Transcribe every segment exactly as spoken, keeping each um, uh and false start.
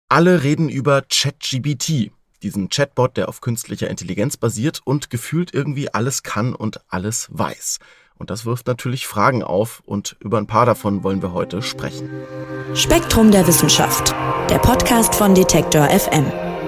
Alle reden über ChatGPT, diesen Chatbot, der auf künstlicher Intelligenz basiert und gefühlt irgendwie alles kann und alles weiß. Und das wirft natürlich Fragen auf und über ein paar davon wollen wir heute sprechen. Spektrum der Wissenschaft, der Podcast von Detektor F M.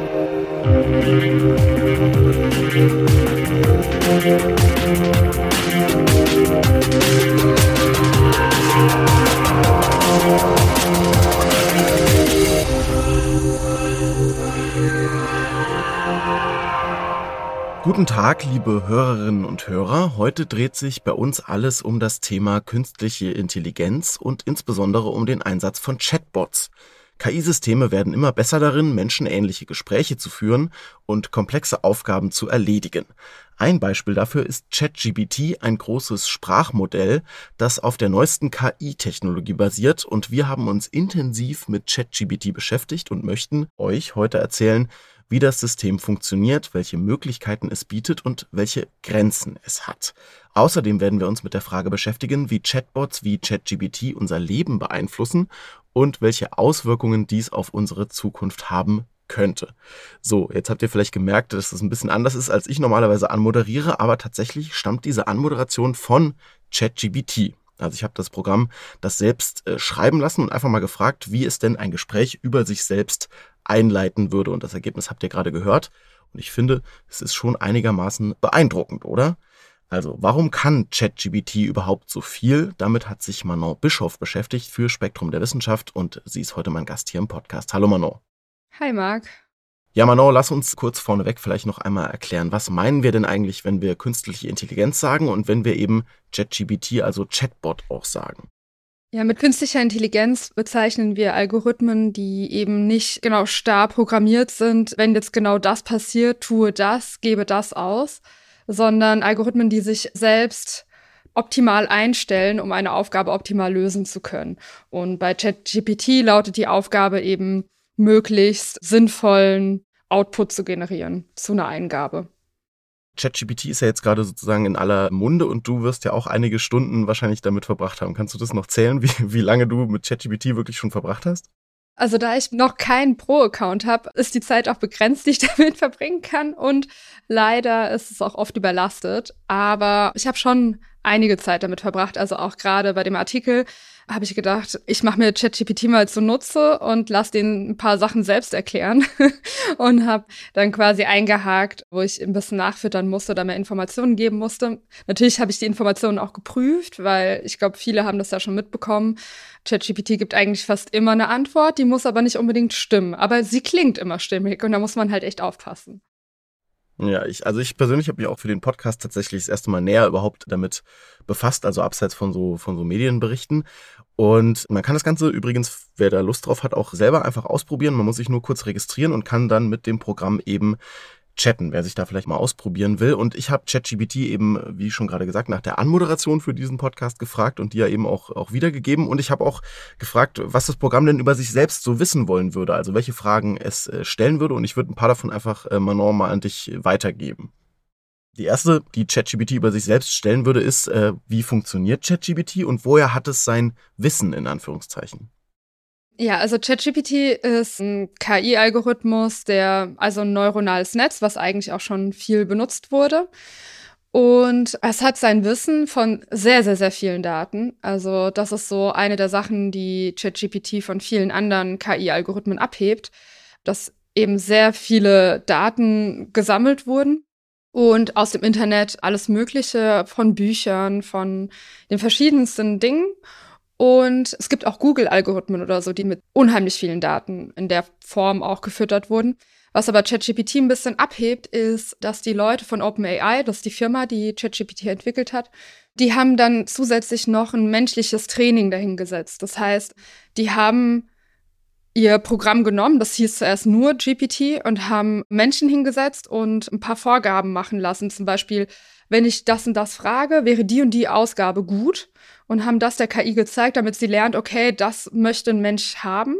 Guten Tag, liebe Hörerinnen und Hörer. Heute dreht sich bei uns alles um das Thema künstliche Intelligenz und insbesondere um den Einsatz von Chatbots. K I-Systeme werden immer besser darin, menschenähnliche Gespräche zu führen und komplexe Aufgaben zu erledigen. Ein Beispiel dafür ist ChatGPT, ein großes Sprachmodell, das auf der neuesten K I-Technologie basiert. Und wir haben uns intensiv mit ChatGPT beschäftigt und möchten euch heute erzählen, wie das System funktioniert, welche Möglichkeiten es bietet und welche Grenzen es hat. Außerdem werden wir uns mit der Frage beschäftigen, wie Chatbots wie ChatGPT unser Leben beeinflussen und welche Auswirkungen dies auf unsere Zukunft haben könnte. So, jetzt habt ihr vielleicht gemerkt, dass das ein bisschen anders ist, als ich normalerweise anmoderiere, aber tatsächlich stammt diese Anmoderation von ChatGPT. Also ich habe das Programm das selbst äh, schreiben lassen und einfach mal gefragt, wie es denn ein Gespräch über sich selbst einleiten würde. Und das Ergebnis habt ihr gerade gehört. Und ich finde, es ist schon einigermaßen beeindruckend, oder? Also, warum kann ChatGPT überhaupt so viel? Damit hat sich Manon Bischoff beschäftigt für Spektrum der Wissenschaft und sie ist heute mein Gast hier im Podcast. Hallo Manon. Hi Marc. Ja, Manon, lass uns kurz vorneweg vielleicht noch einmal erklären, was meinen wir denn eigentlich, wenn wir künstliche Intelligenz sagen und wenn wir eben ChatGPT, also Chatbot, auch sagen? Ja, mit künstlicher Intelligenz bezeichnen wir Algorithmen, die eben nicht genau starr programmiert sind, wenn jetzt genau das passiert, tue das, gebe das aus, sondern Algorithmen, die sich selbst optimal einstellen, um eine Aufgabe optimal lösen zu können. Und bei ChatGPT lautet die Aufgabe eben, möglichst sinnvollen Output zu generieren zu einer Eingabe. ChatGPT ist ja jetzt gerade sozusagen in aller Munde und du wirst ja auch einige Stunden wahrscheinlich damit verbracht haben. Kannst du das noch zählen, wie, wie lange du mit ChatGPT wirklich schon verbracht hast? Also da ich noch keinen Pro-Account habe, ist die Zeit auch begrenzt, die ich damit verbringen kann. Und leider ist es auch oft überlastet. Aber ich habe schon einige Zeit damit verbracht. Also auch gerade bei dem Artikel habe ich gedacht, ich mache mir ChatGPT mal zunutze und lasse den ein paar Sachen selbst erklären. Und habe dann quasi eingehakt, wo ich ein bisschen nachfüttern musste oder mehr Informationen geben musste. Natürlich habe ich die Informationen auch geprüft, weil ich glaube, viele haben das ja schon mitbekommen. ChatGPT gibt eigentlich fast immer eine Antwort, die muss aber nicht unbedingt stimmen. Aber sie klingt immer stimmig und da muss man halt echt aufpassen. Ja, ich, also ich persönlich habe mich auch für den Podcast tatsächlich das erste Mal näher überhaupt damit befasst, also abseits von so, von so Medienberichten. Und man kann das Ganze übrigens, wer da Lust drauf hat, auch selber einfach ausprobieren. Man muss sich nur kurz registrieren und kann dann mit dem Programm eben chatten, wer sich da vielleicht mal ausprobieren will. Und ich habe ChatGPT eben, wie schon gerade gesagt, nach der Anmoderation für diesen Podcast gefragt und die ja eben auch, auch wiedergegeben. Und ich habe auch gefragt, was das Programm denn über sich selbst so wissen wollen würde, also welche Fragen es äh, stellen würde. Und ich würde ein paar davon einfach, äh, Manon, mal an dich weitergeben. Die erste, die ChatGPT über sich selbst stellen würde, ist, äh, wie funktioniert ChatGPT und woher hat es sein Wissen, in Anführungszeichen? Ja, also ChatGPT ist ein K I-Algorithmus, der also ein neuronales Netz, was eigentlich auch schon viel benutzt wurde. Und es hat sein Wissen von sehr, sehr, sehr vielen Daten. Also das ist so eine der Sachen, die ChatGPT von vielen anderen K I-Algorithmen abhebt, dass eben sehr viele Daten gesammelt wurden. Und aus dem Internet alles Mögliche, von Büchern, von den verschiedensten Dingen. Und es gibt auch Google-Algorithmen oder so, die mit unheimlich vielen Daten in der Form auch gefüttert wurden. Was aber ChatGPT ein bisschen abhebt, ist, dass die Leute von OpenAI, das ist die Firma, die ChatGPT entwickelt hat, die haben dann zusätzlich noch ein menschliches Training dahingesetzt. Das heißt, die haben ihr Programm genommen, das hieß zuerst nur G P T, und haben Menschen hingesetzt und ein paar Vorgaben machen lassen. Zum Beispiel, wenn ich das und das frage, wäre die und die Ausgabe gut, und haben das der K I gezeigt, damit sie lernt, okay, das möchte ein Mensch haben.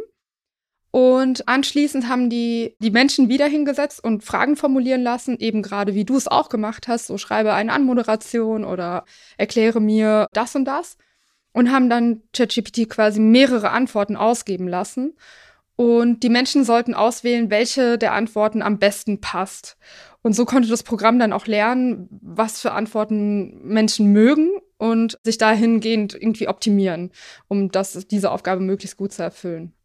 Und anschließend haben die die Menschen wieder hingesetzt und Fragen formulieren lassen, eben gerade wie du es auch gemacht hast, so schreibe eine Anmoderation oder erkläre mir das und das. Und haben dann ChatGPT quasi mehrere Antworten ausgeben lassen. Und die Menschen sollten auswählen, welche der Antworten am besten passt. Und so konnte das Programm dann auch lernen, was für Antworten Menschen mögen und sich dahingehend irgendwie optimieren, um das, diese Aufgabe möglichst gut zu erfüllen.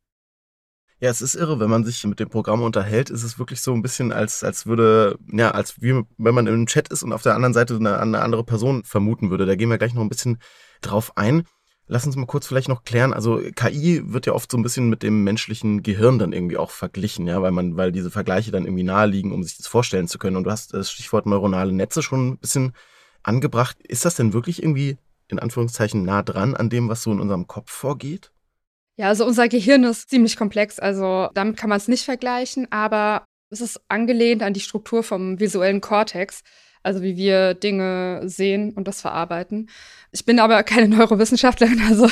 Ja, es ist irre, wenn man sich mit dem Programm unterhält, ist es wirklich so ein bisschen, als, als würde, ja, als wie wenn man im Chat ist und auf der anderen Seite eine, eine andere Person vermuten würde. Da gehen wir gleich noch ein bisschen drauf ein. Lass uns mal kurz vielleicht noch klären, also K I wird ja oft so ein bisschen mit dem menschlichen Gehirn dann irgendwie auch verglichen, ja, weil man, weil diese Vergleiche dann irgendwie naheliegen, um sich das vorstellen zu können. Und du hast das Stichwort neuronale Netze schon ein bisschen angebracht. Ist das denn wirklich irgendwie, in Anführungszeichen, nah dran an dem, was so in unserem Kopf vorgeht? Ja, also unser Gehirn ist ziemlich komplex, also damit kann man es nicht vergleichen, aber es ist angelehnt an die Struktur vom visuellen Kortex, also wie wir Dinge sehen und das verarbeiten. Ich bin aber keine Neurowissenschaftlerin, also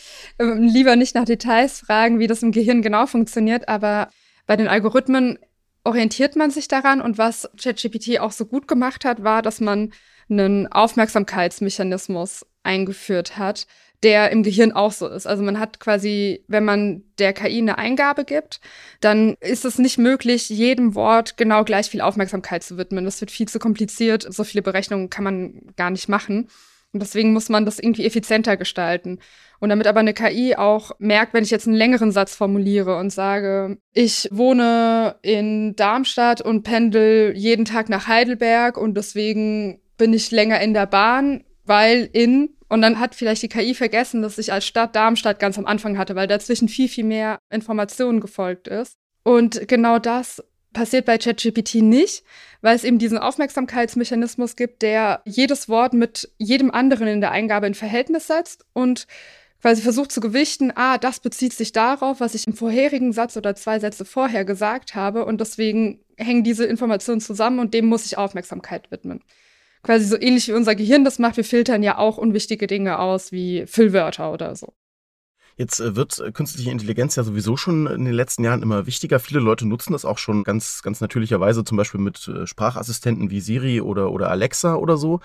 lieber nicht nach Details fragen, wie das im Gehirn genau funktioniert, aber bei den Algorithmen orientiert man sich daran und was ChatGPT auch so gut gemacht hat, war, dass man einen Aufmerksamkeitsmechanismus eingeführt hat, der im Gehirn auch so ist. Also man hat quasi, wenn man der K I eine Eingabe gibt, dann ist es nicht möglich, jedem Wort genau gleich viel Aufmerksamkeit zu widmen. Das wird viel zu kompliziert. So viele Berechnungen kann man gar nicht machen. Und deswegen muss man das irgendwie effizienter gestalten. Und damit aber eine K I auch merkt, wenn ich jetzt einen längeren Satz formuliere und sage, ich wohne in Darmstadt und pendel jeden Tag nach Heidelberg und deswegen bin ich länger in der Bahn, weil in, und dann hat vielleicht die K I vergessen, dass ich als Stadt Darmstadt ganz am Anfang hatte, weil dazwischen viel, viel mehr Informationen gefolgt ist. Und genau das passiert bei ChatGPT nicht, weil es eben diesen Aufmerksamkeitsmechanismus gibt, der jedes Wort mit jedem anderen in der Eingabe in Verhältnis setzt und quasi versucht zu gewichten, ah, das bezieht sich darauf, was ich im vorherigen Satz oder zwei Sätze vorher gesagt habe und deswegen hängen diese Informationen zusammen und dem muss ich Aufmerksamkeit widmen. Quasi so ähnlich wie unser Gehirn das macht, wir filtern ja auch unwichtige Dinge aus, wie Füllwörter oder so. Jetzt wird künstliche Intelligenz ja sowieso schon in den letzten Jahren immer wichtiger. Viele Leute nutzen das auch schon ganz, ganz natürlicherweise, zum Beispiel mit Sprachassistenten wie Siri oder, oder Alexa oder so.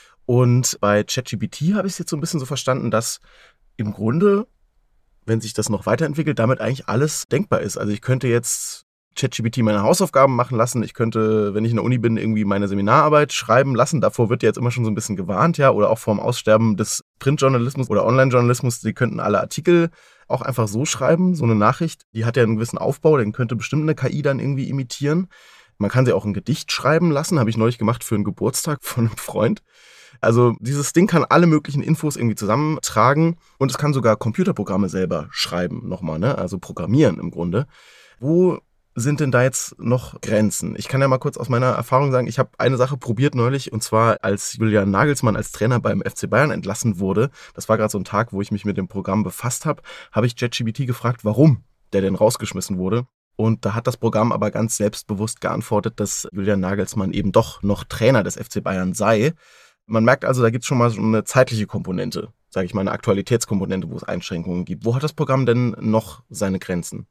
Und bei ChatGPT habe ich es jetzt so ein bisschen so verstanden, dass im Grunde, wenn sich das noch weiterentwickelt, damit eigentlich alles denkbar ist. Also ich könnte jetzt ChatGPT meine Hausaufgaben machen lassen. Ich könnte, wenn ich in der Uni bin, irgendwie meine Seminararbeit schreiben lassen. Davor wird ja jetzt immer schon so ein bisschen gewarnt, ja, oder auch vor dem Aussterben des Printjournalismus oder Online-Journalismus. Die könnten alle Artikel auch einfach so schreiben. So eine Nachricht, die hat ja einen gewissen Aufbau, den könnte bestimmt eine K I dann irgendwie imitieren. Man kann sie auch ein Gedicht schreiben lassen, habe ich neulich gemacht für einen Geburtstag von einem Freund. Also dieses Ding kann alle möglichen Infos irgendwie zusammentragen und es kann sogar Computerprogramme selber schreiben nochmal, ne? Also programmieren im Grunde. Wo sind denn da jetzt noch Grenzen? Ich kann ja mal kurz aus meiner Erfahrung sagen, ich habe eine Sache probiert neulich und zwar als Julian Nagelsmann als Trainer beim F C Bayern entlassen wurde. Das war gerade so ein Tag, wo ich mich mit dem Programm befasst habe, habe ich ChatGPT gefragt, warum der denn rausgeschmissen wurde. Und da hat das Programm aber ganz selbstbewusst geantwortet, dass Julian Nagelsmann eben doch noch Trainer des F C Bayern sei. Man merkt also, da gibt es schon mal so eine zeitliche Komponente, sage ich mal, eine Aktualitätskomponente, wo es Einschränkungen gibt. Wo hat das Programm denn noch seine Grenzen?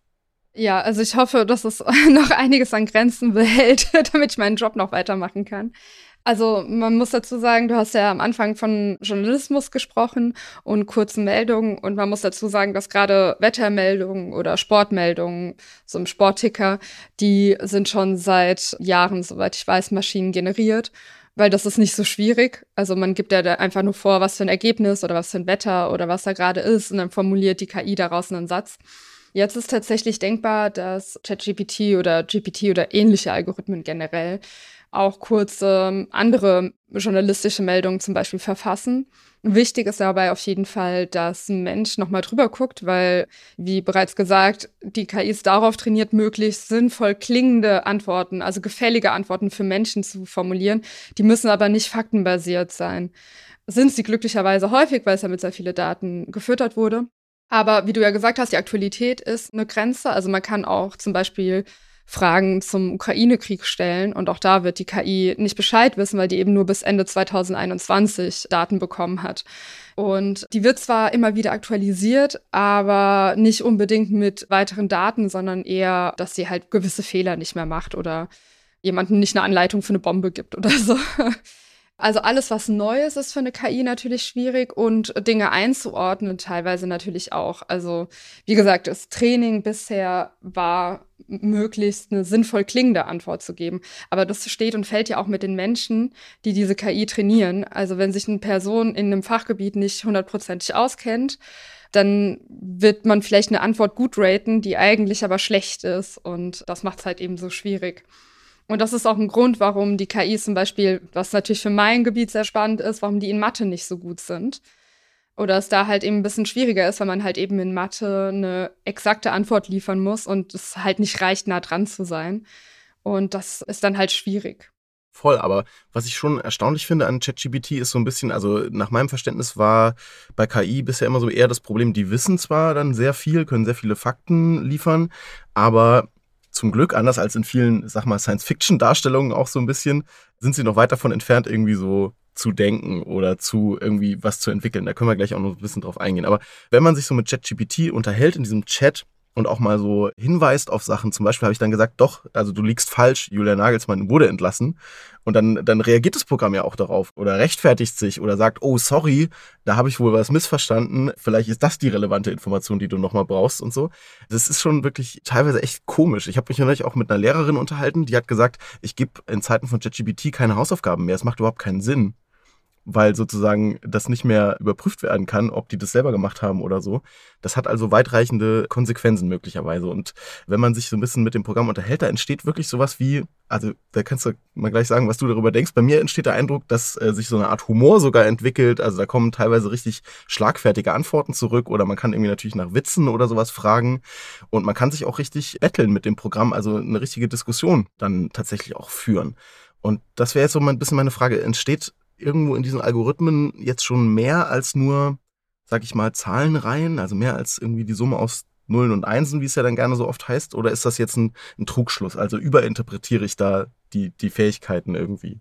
Ja, also ich hoffe, dass es noch einiges an Grenzen behält, damit ich meinen Job noch weitermachen kann. Also man muss dazu sagen, du hast ja am Anfang von Journalismus gesprochen und kurzen Meldungen und man muss dazu sagen, dass gerade Wettermeldungen oder Sportmeldungen, so im Sportticker, die sind schon seit Jahren, soweit ich weiß, maschinengeneriert, weil das ist nicht so schwierig. Also man gibt ja da einfach nur vor, was für ein Ergebnis oder was für ein Wetter oder was da gerade ist und dann formuliert die K I daraus einen Satz. Jetzt ist tatsächlich denkbar, dass ChatGPT oder G P T oder ähnliche Algorithmen generell auch kurze andere journalistische Meldungen zum Beispiel verfassen. Wichtig ist dabei auf jeden Fall, dass ein Mensch nochmal drüber guckt, weil, wie bereits gesagt, die K I ist darauf trainiert, möglichst sinnvoll klingende Antworten, also gefällige Antworten für Menschen zu formulieren. Die müssen aber nicht faktenbasiert sein. Sind sie glücklicherweise häufig, weil es ja mit sehr vielen Daten gefüttert wurde. Aber wie du ja gesagt hast, die Aktualität ist eine Grenze. Also man kann auch zum Beispiel Fragen zum Ukraine-Krieg stellen und auch da wird die K I nicht Bescheid wissen, weil die eben nur bis Ende zwanzig einundzwanzig Daten bekommen hat. Und die wird zwar immer wieder aktualisiert, aber nicht unbedingt mit weiteren Daten, sondern eher, dass sie halt gewisse Fehler nicht mehr macht oder jemandem nicht eine Anleitung für eine Bombe gibt oder so. Also alles, was Neues ist für eine K I natürlich schwierig und Dinge einzuordnen teilweise natürlich auch. Also wie gesagt, das Training bisher war möglichst eine sinnvoll klingende Antwort zu geben. Aber das steht und fällt ja auch mit den Menschen, die diese K I trainieren. Also wenn sich eine Person in einem Fachgebiet nicht hundertprozentig auskennt, dann wird man vielleicht eine Antwort gut raten, die eigentlich aber schlecht ist. Und das macht es halt eben so schwierig. Und das ist auch ein Grund, warum die K Is zum Beispiel, was natürlich für mein Gebiet sehr spannend ist, warum die in Mathe nicht so gut sind. Oder es da halt eben ein bisschen schwieriger ist, weil man halt eben in Mathe eine exakte Antwort liefern muss und es halt nicht reicht, nah dran zu sein. Und das ist dann halt schwierig. Voll, aber was ich schon erstaunlich finde an ChatGPT ist so ein bisschen, also nach meinem Verständnis war bei K I bisher immer so eher das Problem, die wissen zwar dann sehr viel, können sehr viele Fakten liefern, aber zum Glück, anders als in vielen, sag mal, Science-Fiction-Darstellungen auch so ein bisschen, sind sie noch weit davon entfernt, irgendwie so zu denken oder zu irgendwie was zu entwickeln. Da können wir gleich auch noch ein bisschen drauf eingehen. Aber wenn man sich so mit ChatGPT unterhält in diesem Chat und auch mal so hinweist auf Sachen, zum Beispiel habe ich dann gesagt, doch, also du liegst falsch, Julia Nagelsmann wurde entlassen. Und dann, dann reagiert das Programm ja auch darauf oder rechtfertigt sich oder sagt, oh, sorry, da habe ich wohl was missverstanden. Vielleicht ist das die relevante Information, die du nochmal brauchst und so. Das ist schon wirklich teilweise echt komisch. Ich habe mich natürlich auch mit einer Lehrerin unterhalten, die hat gesagt, ich gebe in Zeiten von ChatGPT keine Hausaufgaben mehr. Es macht überhaupt keinen Sinn, weil sozusagen das nicht mehr überprüft werden kann, ob die das selber gemacht haben oder so. Das hat also weitreichende Konsequenzen möglicherweise. Und wenn man sich so ein bisschen mit dem Programm unterhält, da entsteht wirklich sowas wie, also da kannst du mal gleich sagen, was du darüber denkst. Bei mir entsteht der Eindruck, dass äh, sich so eine Art Humor sogar entwickelt. Also da kommen teilweise richtig schlagfertige Antworten zurück oder man kann irgendwie natürlich nach Witzen oder sowas fragen. Und man kann sich auch richtig betteln mit dem Programm, also eine richtige Diskussion dann tatsächlich auch führen. Und das wäre jetzt so mal ein bisschen meine Frage. Entsteht irgendwo in diesen Algorithmen jetzt schon mehr als nur, sag ich mal, Zahlenreihen, also mehr als irgendwie die Summe aus Nullen und Einsen, wie es ja dann gerne so oft heißt, oder ist das jetzt ein, ein Trugschluss? Also überinterpretiere ich da die, die Fähigkeiten irgendwie?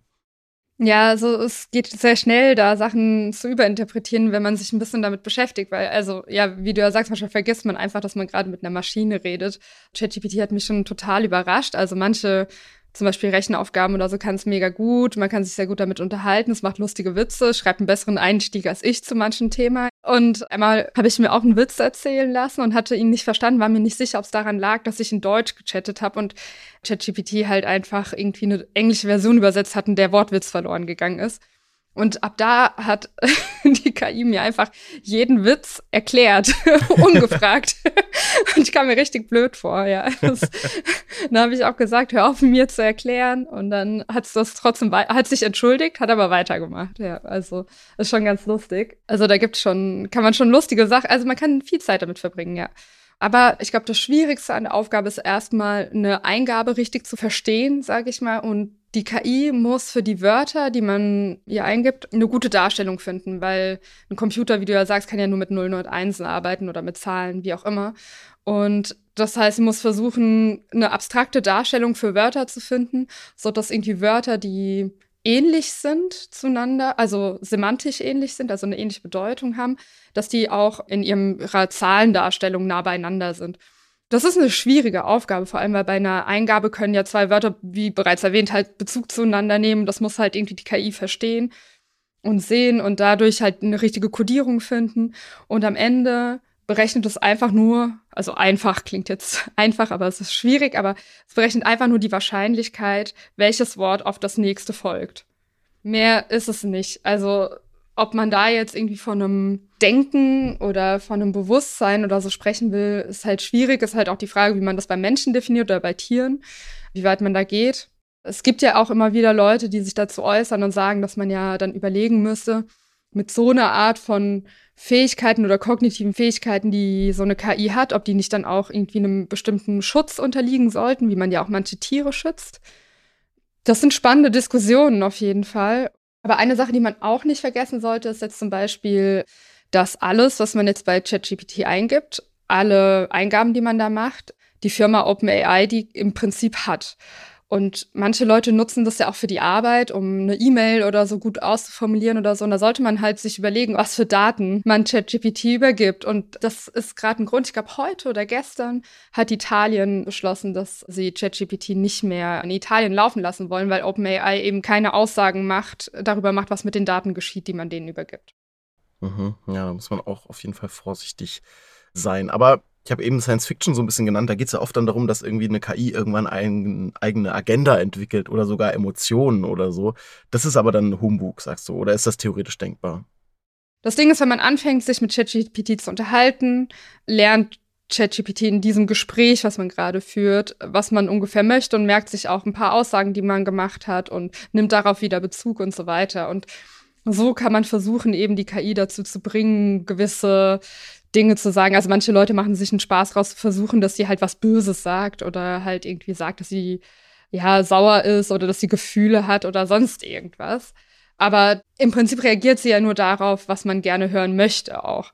Ja, also es geht sehr schnell, da Sachen zu überinterpretieren, wenn man sich ein bisschen damit beschäftigt, weil, also, ja, wie du ja sagst, manchmal vergisst man einfach, dass man gerade mit einer Maschine redet. ChatGPT hat mich schon total überrascht. Also manche zum Beispiel Rechenaufgaben oder so kann es mega gut. Man kann sich sehr gut damit unterhalten. Es macht lustige Witze, schreibt einen besseren Einstieg als ich zu manchen Themen. Und einmal habe ich mir auch einen Witz erzählen lassen und hatte ihn nicht verstanden, war mir nicht sicher, ob es daran lag, dass ich in Deutsch gechattet habe und ChatGPT halt einfach irgendwie eine englische Version übersetzt hat und der Wortwitz verloren gegangen ist. Und ab da hat die K I mir einfach jeden Witz erklärt, ungefragt. Und ich kam mir richtig blöd vor, ja. Das, dann habe ich auch gesagt, hör auf, mir zu erklären. Und dann hat es das trotzdem, hat sich entschuldigt, hat aber weitergemacht. Ja, also ist schon ganz lustig. Also da gibt's schon, kann man schon lustige Sachen, also man kann viel Zeit damit verbringen, ja. Aber ich glaube, das Schwierigste an der Aufgabe ist erstmal, eine Eingabe richtig zu verstehen, sage ich mal. Und die K I muss für die Wörter, die man ihr eingibt, eine gute Darstellung finden, weil ein Computer, wie du ja sagst, kann ja nur mit Nullen und Einsen arbeiten oder mit Zahlen, wie auch immer. Und das heißt, sie muss versuchen, eine abstrakte Darstellung für Wörter zu finden, sodass irgendwie Wörter, die ähnlich sind zueinander, also semantisch ähnlich sind, also eine ähnliche Bedeutung haben, dass die auch in ihrer Zahlendarstellung nah beieinander sind. Das ist eine schwierige Aufgabe, vor allem, weil bei einer Eingabe können ja zwei Wörter, wie bereits erwähnt, halt Bezug zueinander nehmen. Das muss halt irgendwie die K I verstehen und sehen und dadurch halt eine richtige Kodierung finden. Und am Ende berechnet es einfach nur, also einfach klingt jetzt einfach, aber es ist schwierig, aber es berechnet einfach nur die Wahrscheinlichkeit, welches Wort auf das nächste folgt. Mehr ist es nicht. Also ob man da jetzt irgendwie von einem Denken oder von einem Bewusstsein oder so sprechen will, ist halt schwierig. Ist halt auch die Frage, wie man das bei Menschen definiert oder bei Tieren, wie weit man da geht. Es gibt ja auch immer wieder Leute, die sich dazu äußern und sagen, dass man ja dann überlegen müsste, mit so einer Art von Fähigkeiten oder kognitiven Fähigkeiten, die so eine K I hat, ob die nicht dann auch irgendwie einem bestimmten Schutz unterliegen sollten, wie man ja auch manche Tiere schützt. Das sind spannende Diskussionen auf jeden Fall. Aber eine Sache, die man auch nicht vergessen sollte, ist jetzt zum Beispiel, dass alles, was man jetzt bei ChatGPT eingibt, alle Eingaben, die man da macht, die Firma OpenAI, die im Prinzip hat. Und manche Leute nutzen das ja auch für die Arbeit, um eine E-Mail oder so gut auszuformulieren oder so. Und da sollte man halt sich überlegen, was für Daten man ChatGPT übergibt. Und das ist gerade ein Grund. Ich glaube, heute oder gestern hat Italien beschlossen, dass sie ChatGPT nicht mehr in Italien laufen lassen wollen, weil OpenAI eben keine Aussagen macht, darüber macht, was mit den Daten geschieht, die man denen übergibt. Mhm. Ja, da muss man auch auf jeden Fall vorsichtig sein. Aber ich habe eben Science Fiction so ein bisschen genannt. Da geht es ja oft dann darum, dass irgendwie eine K I irgendwann eine eigene Agenda entwickelt oder sogar Emotionen oder so. Das ist aber dann Humbug, sagst du, oder ist das theoretisch denkbar? Das Ding ist, wenn man anfängt, sich mit ChatGPT zu unterhalten, lernt ChatGPT in diesem Gespräch, was man gerade führt, was man ungefähr möchte und merkt sich auch ein paar Aussagen, die man gemacht hat und nimmt darauf wieder Bezug und so weiter. Und so kann man versuchen, eben die K I dazu zu bringen, gewisse Dinge zu sagen. Also manche Leute machen sich einen Spaß draus zu versuchen, dass sie halt was Böses sagt oder halt irgendwie sagt, dass sie ja sauer ist oder dass sie Gefühle hat oder sonst irgendwas. Aber im Prinzip reagiert sie ja nur darauf, was man gerne hören möchte auch.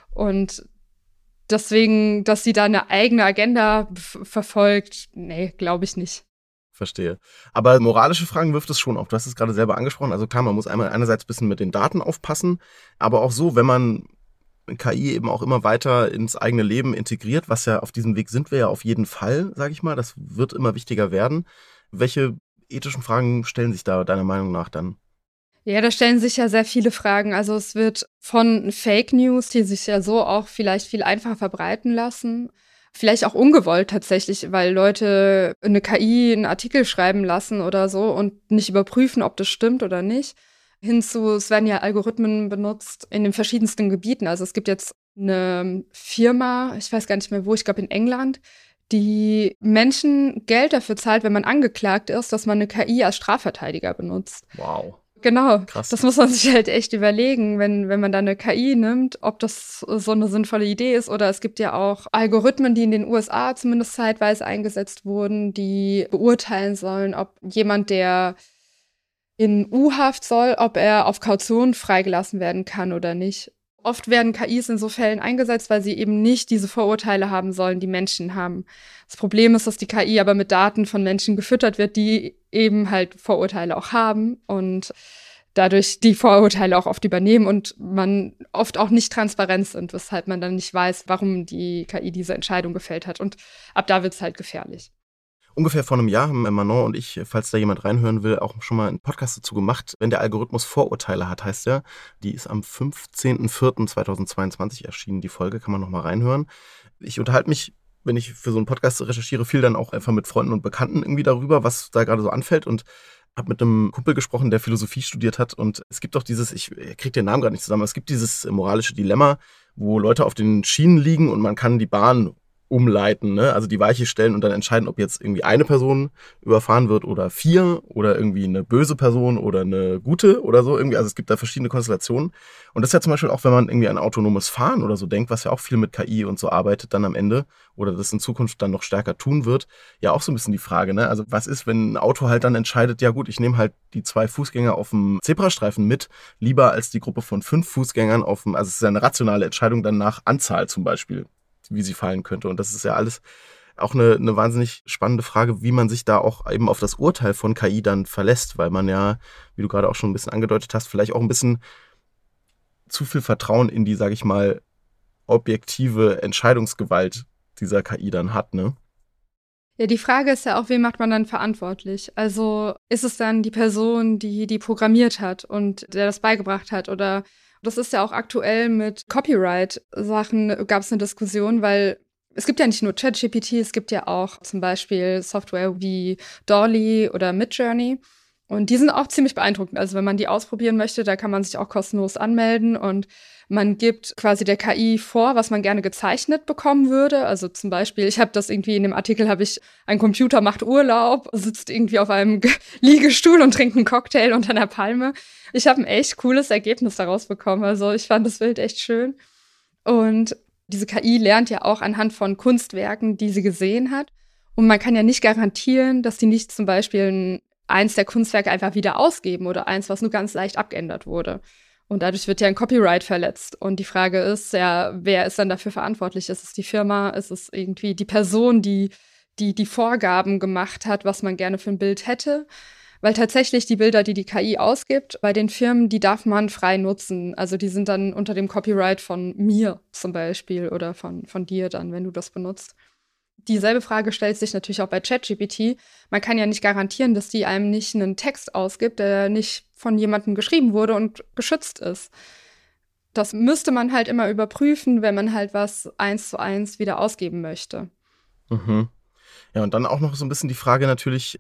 Und deswegen, dass sie da eine eigene Agenda f- verfolgt, nee, glaube ich nicht. Verstehe. Aber moralische Fragen wirft es schon auf. Du hast es gerade selber angesprochen. Also klar, man muss einmal einerseits ein bisschen mit den Daten aufpassen, aber auch so, wenn man K I eben auch immer weiter ins eigene Leben integriert, was ja auf diesem Weg sind wir ja auf jeden Fall, sage ich mal. Das wird immer wichtiger werden. Welche ethischen Fragen stellen sich da deiner Meinung nach dann? Ja, da stellen sich ja sehr viele Fragen. Also es wird von Fake News, die sich ja so auch vielleicht viel einfacher verbreiten lassen, vielleicht auch ungewollt tatsächlich, weil Leute eine K I einen Artikel schreiben lassen oder so und nicht überprüfen, ob das stimmt oder nicht. Hinzu, es werden ja Algorithmen benutzt in den verschiedensten Gebieten. Also es gibt jetzt eine Firma, ich weiß gar nicht mehr wo, ich glaube in England, die Menschen Geld dafür zahlt, wenn man angeklagt ist, dass man eine K I als Strafverteidiger benutzt. Wow. Genau, Krass. das muss man sich halt echt überlegen, wenn, wenn man da eine K I nimmt, ob das so eine sinnvolle Idee ist. Oder es gibt ja auch Algorithmen, die in den U S A zumindest zeitweise eingesetzt wurden, die beurteilen sollen, ob jemand, der in U-Haft soll, ob er auf Kaution freigelassen werden kann oder nicht. Oft werden K Is in so Fällen eingesetzt, weil sie eben nicht diese Vorurteile haben sollen, die Menschen haben. Das Problem ist, dass die K I aber mit Daten von Menschen gefüttert wird, die eben halt Vorurteile auch haben und dadurch die Vorurteile auch oft übernehmen und man oft auch nicht transparent sind, weshalb man dann nicht weiß, warum die K I diese Entscheidung gefällt hat. Und ab da wird es halt gefährlich. Ungefähr vor einem Jahr haben Manon und ich, falls da jemand reinhören will, auch schon mal einen Podcast dazu gemacht. Wenn der Algorithmus Vorurteile hat, heißt der. Die ist am fünfzehnten vierten zweitausendzweiundzwanzig erschienen, die Folge, kann man noch mal reinhören. Ich unterhalte mich, wenn ich für so einen Podcast recherchiere, viel dann auch einfach mit Freunden und Bekannten irgendwie darüber, was da gerade so anfällt, und habe mit einem Kumpel gesprochen, der Philosophie studiert hat, und es gibt doch dieses, ich kriege den Namen gerade nicht zusammen, aber es gibt dieses moralische Dilemma, wo Leute auf den Schienen liegen und man kann die Bahn umleiten, ne? Also die Weiche stellen und dann entscheiden, ob jetzt irgendwie eine Person überfahren wird oder vier oder irgendwie eine böse Person oder eine gute oder so irgendwie. Also es gibt da verschiedene Konstellationen. Und das ist ja zum Beispiel auch, wenn man irgendwie an autonomes Fahren oder so denkt, was ja auch viel mit K I und so arbeitet dann am Ende oder das in Zukunft dann noch stärker tun wird, ja auch so ein bisschen die Frage, ne? Also was ist, wenn ein Auto halt dann entscheidet, ja gut, ich nehme halt die zwei Fußgänger auf dem Zebrastreifen mit, lieber als die Gruppe von fünf Fußgängern auf dem, also es ist ja eine rationale Entscheidung dann nach Anzahl zum Beispiel, wie sie fallen könnte. Und das ist ja alles auch eine, eine wahnsinnig spannende Frage, wie man sich da auch eben auf das Urteil von K I dann verlässt, weil man ja, wie du gerade auch schon ein bisschen angedeutet hast, vielleicht auch ein bisschen zu viel Vertrauen in die, sage ich mal, objektive Entscheidungsgewalt dieser K I dann hat, ne? Ja, die Frage ist ja auch, wen macht man dann verantwortlich? Also ist es dann die Person, die die programmiert hat und der das beigebracht hat? Oder das ist ja auch aktuell mit Copyright-Sachen gab es eine Diskussion, weil es gibt ja nicht nur ChatGPT, es gibt ja auch zum Beispiel Software wie Dolly oder Midjourney. Und die sind auch ziemlich beeindruckend. Also wenn man die ausprobieren möchte, da kann man sich auch kostenlos anmelden und man gibt quasi der K I vor, was man gerne gezeichnet bekommen würde. Also zum Beispiel, ich habe das irgendwie in dem Artikel, habe ich, ein Computer macht Urlaub, sitzt irgendwie auf einem Liegestuhl und trinkt einen Cocktail unter einer Palme. Ich habe ein echt cooles Ergebnis daraus bekommen. Also ich fand das Bild echt schön. Und diese K I lernt ja auch anhand von Kunstwerken, die sie gesehen hat. Und man kann ja nicht garantieren, dass sie nicht zum Beispiel ein eins der Kunstwerke einfach wieder ausgeben oder eins, was nur ganz leicht abgeändert wurde. Und dadurch wird ja ein Copyright verletzt. Und die Frage ist ja, wer ist dann dafür verantwortlich? Ist es die Firma? Ist es irgendwie die Person, die die die Vorgaben gemacht hat, was man gerne für ein Bild hätte. Weil tatsächlich die Bilder, die die K I ausgibt, bei den Firmen, die darf man frei nutzen. Also die sind dann unter dem Copyright von mir zum Beispiel oder von, von dir dann, wenn du das benutzt. Dieselbe Frage stellt sich natürlich auch bei ChatGPT. Man kann ja nicht garantieren, dass die einem nicht einen Text ausgibt, der nicht von jemandem geschrieben wurde und geschützt ist. Das müsste man halt immer überprüfen, wenn man halt was eins zu eins wieder ausgeben möchte. Mhm. Ja, und dann auch noch so ein bisschen die Frage natürlich,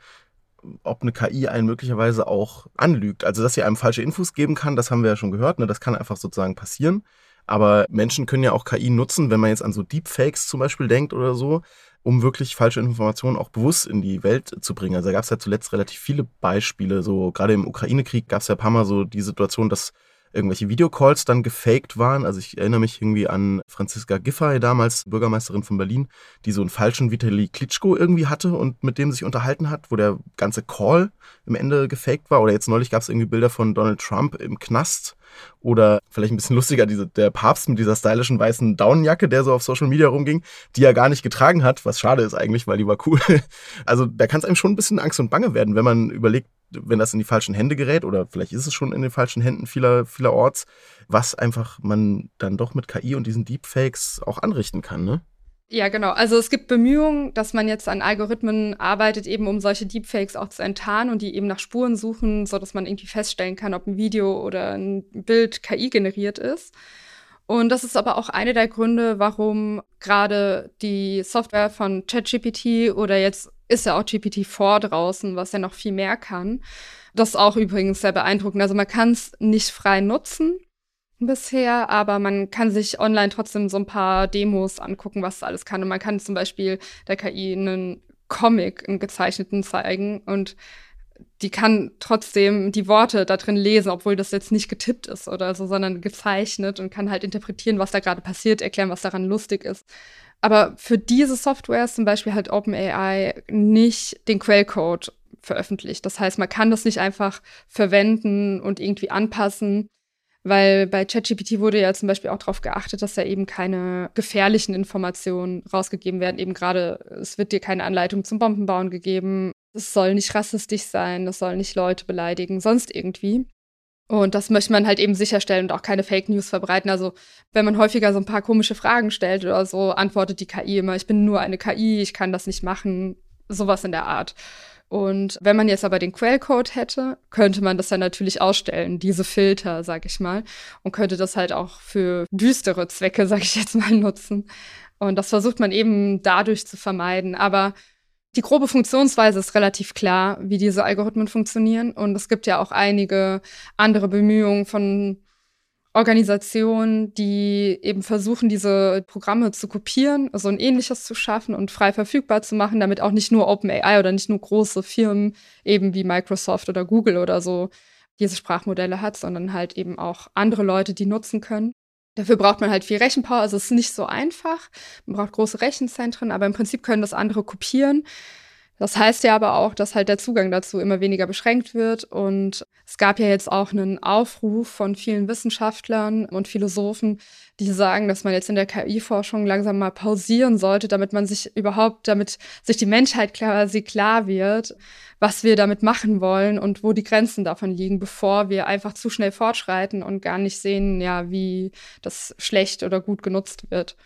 ob eine K I einen möglicherweise auch anlügt. Also, dass sie einem falsche Infos geben kann, das haben wir ja schon gehört, ne? Das kann einfach sozusagen passieren. Aber Menschen können ja auch K I nutzen, wenn man jetzt an so Deepfakes zum Beispiel denkt oder so, um wirklich falsche Informationen auch bewusst in die Welt zu bringen. Also da gab es ja zuletzt relativ viele Beispiele. So gerade im Ukraine-Krieg gab es ja ein paar Mal so die Situation, dass irgendwelche Videocalls dann gefaked waren. Also ich erinnere mich irgendwie an Franziska Giffey, damals Bürgermeisterin von Berlin, die so einen falschen Vitali Klitschko irgendwie hatte und mit dem sich unterhalten hat, wo der ganze Call im Ende gefaked war. Oder jetzt neulich gab es irgendwie Bilder von Donald Trump im Knast. Oder vielleicht ein bisschen lustiger, diese, der Papst mit dieser stylischen weißen Daunenjacke, der so auf Social Media rumging, die er gar nicht getragen hat, was schade ist eigentlich, weil die war cool. Also da kann es einem schon ein bisschen Angst und Bange werden, wenn man überlegt, wenn das in die falschen Hände gerät, oder vielleicht ist es schon in den falschen Händen vieler, vielerorts, was einfach man dann doch mit K I und diesen Deepfakes auch anrichten kann, ne? Ja, genau. Also es gibt Bemühungen, dass man jetzt an Algorithmen arbeitet, eben um solche Deepfakes auch zu enttarnen und die eben nach Spuren suchen, sodass man irgendwie feststellen kann, ob ein Video oder ein Bild K I generiert ist. Und das ist aber auch einer der Gründe, warum gerade die Software von ChatGPT oder jetzt ist ja auch G P T vier draußen, was ja noch viel mehr kann. Das ist auch übrigens sehr beeindruckend. Also man kann es nicht frei nutzen bisher, aber man kann sich online trotzdem so ein paar Demos angucken, was es alles kann. Und man kann zum Beispiel der K I einen Comic, einen gezeichneten zeigen und die kann trotzdem die Worte da drin lesen, obwohl das jetzt nicht getippt ist oder so, sondern gezeichnet und kann halt interpretieren, was da gerade passiert, erklären, was daran lustig ist. Aber für diese Software ist zum Beispiel halt OpenAI nicht den Quellcode veröffentlicht. Das heißt, man kann das nicht einfach verwenden und irgendwie anpassen, weil bei ChatGPT wurde ja zum Beispiel auch darauf geachtet, dass da eben keine gefährlichen Informationen rausgegeben werden. Eben gerade, es wird dir keine Anleitung zum Bombenbauen gegeben. Es soll nicht rassistisch sein, es soll nicht Leute beleidigen, sonst irgendwie. Und das möchte man halt eben sicherstellen und auch keine Fake News verbreiten. Also wenn man häufiger so ein paar komische Fragen stellt oder so, antwortet die K I immer, ich bin nur eine K I, ich kann das nicht machen, sowas in der Art. Und wenn man jetzt aber den Quellcode hätte, könnte man das dann natürlich ausstellen, diese Filter, sag ich mal, und könnte das halt auch für düstere Zwecke, sag ich jetzt mal, nutzen. Und das versucht man eben dadurch zu vermeiden. Aber die grobe Funktionsweise ist relativ klar, wie diese Algorithmen funktionieren. Und es gibt ja auch einige andere Bemühungen von Organisationen, die eben versuchen, diese Programme zu kopieren, also ein ähnliches zu schaffen und frei verfügbar zu machen, damit auch nicht nur OpenAI oder nicht nur große Firmen eben wie Microsoft oder Google oder so diese Sprachmodelle hat, sondern halt eben auch andere Leute, die nutzen können. Dafür braucht man halt viel Rechenpower, also es ist nicht so einfach. Man braucht große Rechenzentren, aber im Prinzip können das andere kopieren. Das heißt ja aber auch, dass halt der Zugang dazu immer weniger beschränkt wird. Und es gab ja jetzt auch einen Aufruf von vielen Wissenschaftlern und Philosophen, die sagen, dass man jetzt in der K I-Forschung langsam mal pausieren sollte, damit man sich überhaupt, damit sich die Menschheit quasi klar wird, was wir damit machen wollen und wo die Grenzen davon liegen, bevor wir einfach zu schnell fortschreiten und gar nicht sehen, ja, wie das schlecht oder gut genutzt wird.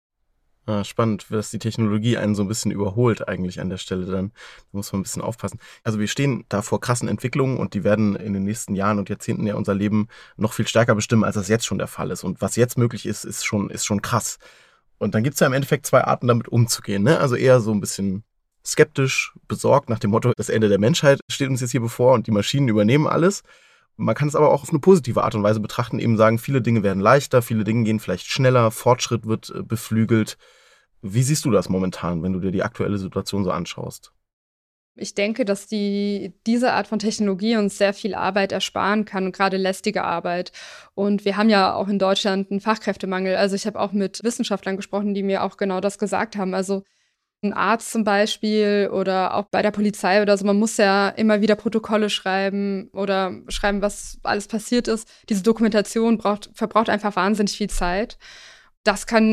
Ah, spannend, dass die Technologie einen so ein bisschen überholt eigentlich an der Stelle dann. Da muss man ein bisschen aufpassen. Also wir stehen da vor krassen Entwicklungen und die werden in den nächsten Jahren und Jahrzehnten ja unser Leben noch viel stärker bestimmen, als das jetzt schon der Fall ist. Und was jetzt möglich ist, ist schon, ist schon krass. Und dann gibt es ja im Endeffekt zwei Arten, damit umzugehen, ne? Also eher so ein bisschen skeptisch, besorgt nach dem Motto, das Ende der Menschheit steht uns jetzt hier bevor und die Maschinen übernehmen alles. Man kann es aber auch auf eine positive Art und Weise betrachten, eben sagen, viele Dinge werden leichter, viele Dinge gehen vielleicht schneller, Fortschritt wird äh, beflügelt. Wie siehst du das momentan, wenn du dir die aktuelle Situation so anschaust? Ich denke, dass die, diese Art von Technologie uns sehr viel Arbeit ersparen kann und gerade lästige Arbeit. Und wir haben ja auch in Deutschland einen Fachkräftemangel. Also ich habe auch mit Wissenschaftlern gesprochen, die mir auch genau das gesagt haben. Also ein Arzt zum Beispiel oder auch bei der Polizei oder so, man muss ja immer wieder Protokolle schreiben oder schreiben, was alles passiert ist. Diese Dokumentation braucht, verbraucht einfach wahnsinnig viel Zeit. Das kann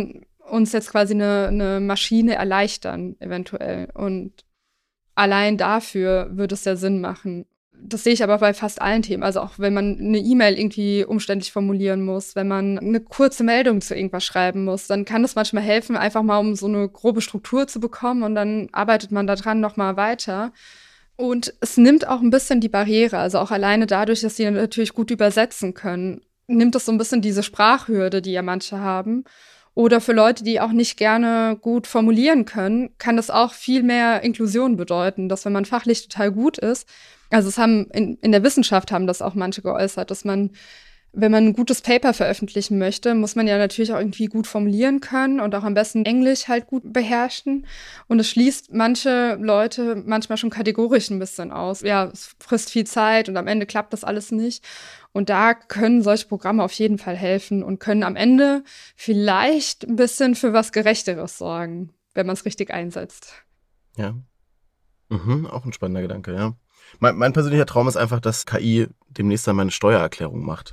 uns jetzt quasi eine, eine Maschine erleichtern, eventuell. Und allein dafür würde es ja Sinn machen. Das sehe ich aber bei fast allen Themen. Also auch wenn man eine E-Mail irgendwie umständlich formulieren muss, wenn man eine kurze Meldung zu irgendwas schreiben muss, dann kann das manchmal helfen, einfach mal um so eine grobe Struktur zu bekommen und dann arbeitet man daran nochmal weiter. Und es nimmt auch ein bisschen die Barriere, also auch alleine dadurch, dass sie natürlich gut übersetzen können, nimmt es so ein bisschen diese Sprachhürde, die ja manche haben. Oder für Leute, die auch nicht gerne gut formulieren können, kann das auch viel mehr Inklusion bedeuten, dass wenn man fachlich total gut ist, also es haben in, in der Wissenschaft haben das auch manche geäußert, dass man, wenn man ein gutes Paper veröffentlichen möchte, muss man ja natürlich auch irgendwie gut formulieren können und auch am besten Englisch halt gut beherrschen. Und es schließt manche Leute manchmal schon kategorisch ein bisschen aus. Ja, es frisst viel Zeit und am Ende klappt das alles nicht. Und da können solche Programme auf jeden Fall helfen und können am Ende vielleicht ein bisschen für was Gerechteres sorgen, wenn man es richtig einsetzt. Ja, mhm, auch ein spannender Gedanke, ja. Mein, mein persönlicher Traum ist einfach, dass K I demnächst dann meine Steuererklärung macht.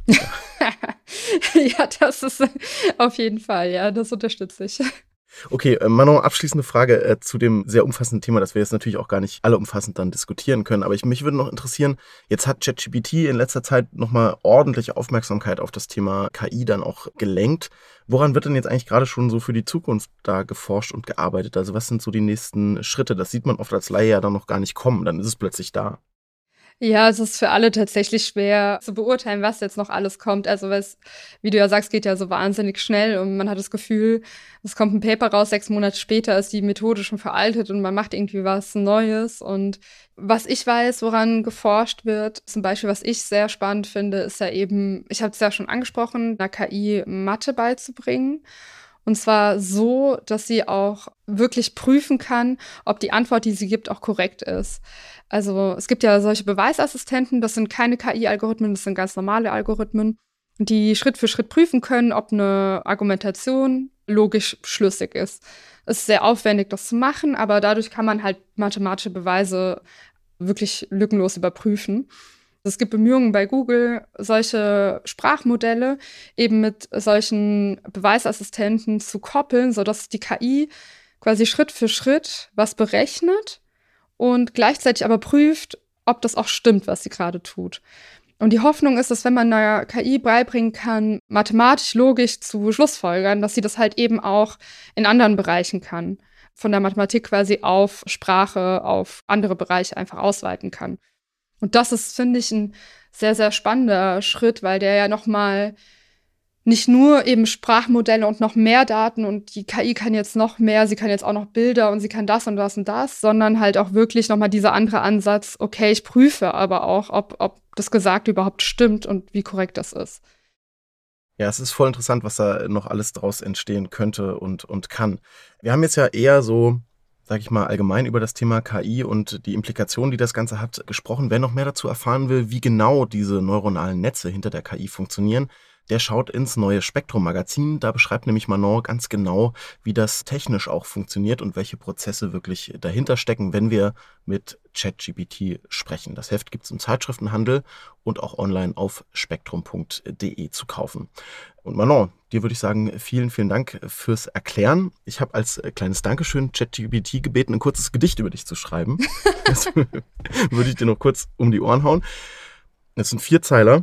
Ja, das ist auf jeden Fall, ja, das unterstütze ich. Okay, äh, Manon, abschließende Frage äh, zu dem sehr umfassenden Thema, das wir jetzt natürlich auch gar nicht alle umfassend dann diskutieren können, aber ich, mich würde noch interessieren, jetzt hat ChatGPT in letzter Zeit nochmal ordentliche Aufmerksamkeit auf das Thema K I dann auch gelenkt. Woran wird denn jetzt eigentlich gerade schon so für die Zukunft da geforscht und gearbeitet? Also was sind so die nächsten Schritte? Das sieht man oft als Laie ja dann noch gar nicht kommen, dann ist es plötzlich da. Ja, es ist für alle tatsächlich schwer zu beurteilen, was jetzt noch alles kommt. Also, was, wie du ja sagst, geht ja so wahnsinnig schnell und man hat das Gefühl, es kommt ein Paper raus, sechs Monate später ist die Methode schon veraltet und man macht irgendwie was Neues. Und was ich weiß, woran geforscht wird, zum Beispiel, was ich sehr spannend finde, ist ja eben, ich habe es ja schon angesprochen, einer K I Mathe beizubringen. Und zwar so, dass sie auch wirklich prüfen kann, ob die Antwort, die sie gibt, auch korrekt ist. Also es gibt ja solche Beweisassistenten, das sind keine K I-Algorithmen, das sind ganz normale Algorithmen, die Schritt für Schritt prüfen können, ob eine Argumentation logisch schlüssig ist. Es ist sehr aufwendig, das zu machen, aber dadurch kann man halt mathematische Beweise wirklich lückenlos überprüfen. Es gibt Bemühungen bei Google, solche Sprachmodelle eben mit solchen Beweisassistenten zu koppeln, sodass die K I quasi Schritt für Schritt was berechnet und gleichzeitig aber prüft, ob das auch stimmt, was sie gerade tut. Und die Hoffnung ist, dass wenn man einer K I beibringen kann, mathematisch logisch zu Schlussfolgern, dass sie das halt eben auch in anderen Bereichen kann. Von der Mathematik quasi auf Sprache, auf andere Bereiche einfach ausweiten kann. Und das ist, finde ich, ein sehr, sehr spannender Schritt, weil der ja nochmal nicht nur eben Sprachmodelle und noch mehr Daten und die K I kann jetzt noch mehr, sie kann jetzt auch noch Bilder und sie kann das und das und das, sondern halt auch wirklich nochmal dieser andere Ansatz, okay, ich prüfe aber auch, ob, ob das Gesagte überhaupt stimmt und wie korrekt das ist. Ja, es ist voll interessant, was da noch alles draus entstehen könnte und, und kann. Wir haben jetzt ja eher so, sag ich mal, allgemein über das Thema K I und die Implikationen, die das Ganze hat, gesprochen. Wer noch mehr dazu erfahren will, wie genau diese neuronalen Netze hinter der K I funktionieren, der schaut ins neue Spektrum-Magazin. Da beschreibt nämlich Manon ganz genau, wie das technisch auch funktioniert und welche Prozesse wirklich dahinter stecken, wenn wir mit ChatGPT sprechen. Das Heft gibt es im Zeitschriftenhandel und auch online auf spektrum punkt de zu kaufen. Und Manon, dir würde ich sagen, vielen, vielen Dank fürs Erklären. Ich habe als kleines Dankeschön ChatGPT gebeten, ein kurzes Gedicht über dich zu schreiben. Das würde ich dir noch kurz um die Ohren hauen. Das sind Vierzeiler.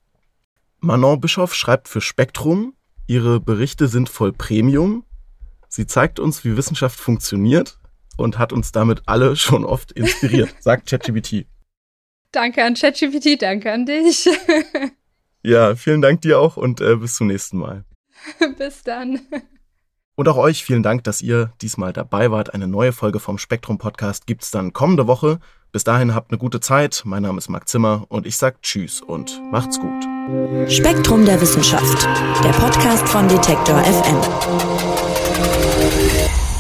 Manon Bischoff schreibt für Spektrum. Ihre Berichte sind voll Premium. Sie zeigt uns, wie Wissenschaft funktioniert und hat uns damit alle schon oft inspiriert, sagt ChatGPT. Danke an ChatGPT, danke an dich. Ja, vielen Dank dir auch und äh, bis zum nächsten Mal. Bis dann. Und auch euch vielen Dank, dass ihr diesmal dabei wart. Eine neue Folge vom Spektrum-Podcast gibt's dann kommende Woche. Bis dahin habt eine gute Zeit. Mein Name ist Marc Zimmer und ich sag Tschüss und macht's gut. Spektrum der Wissenschaft, der Podcast von Detektor F M.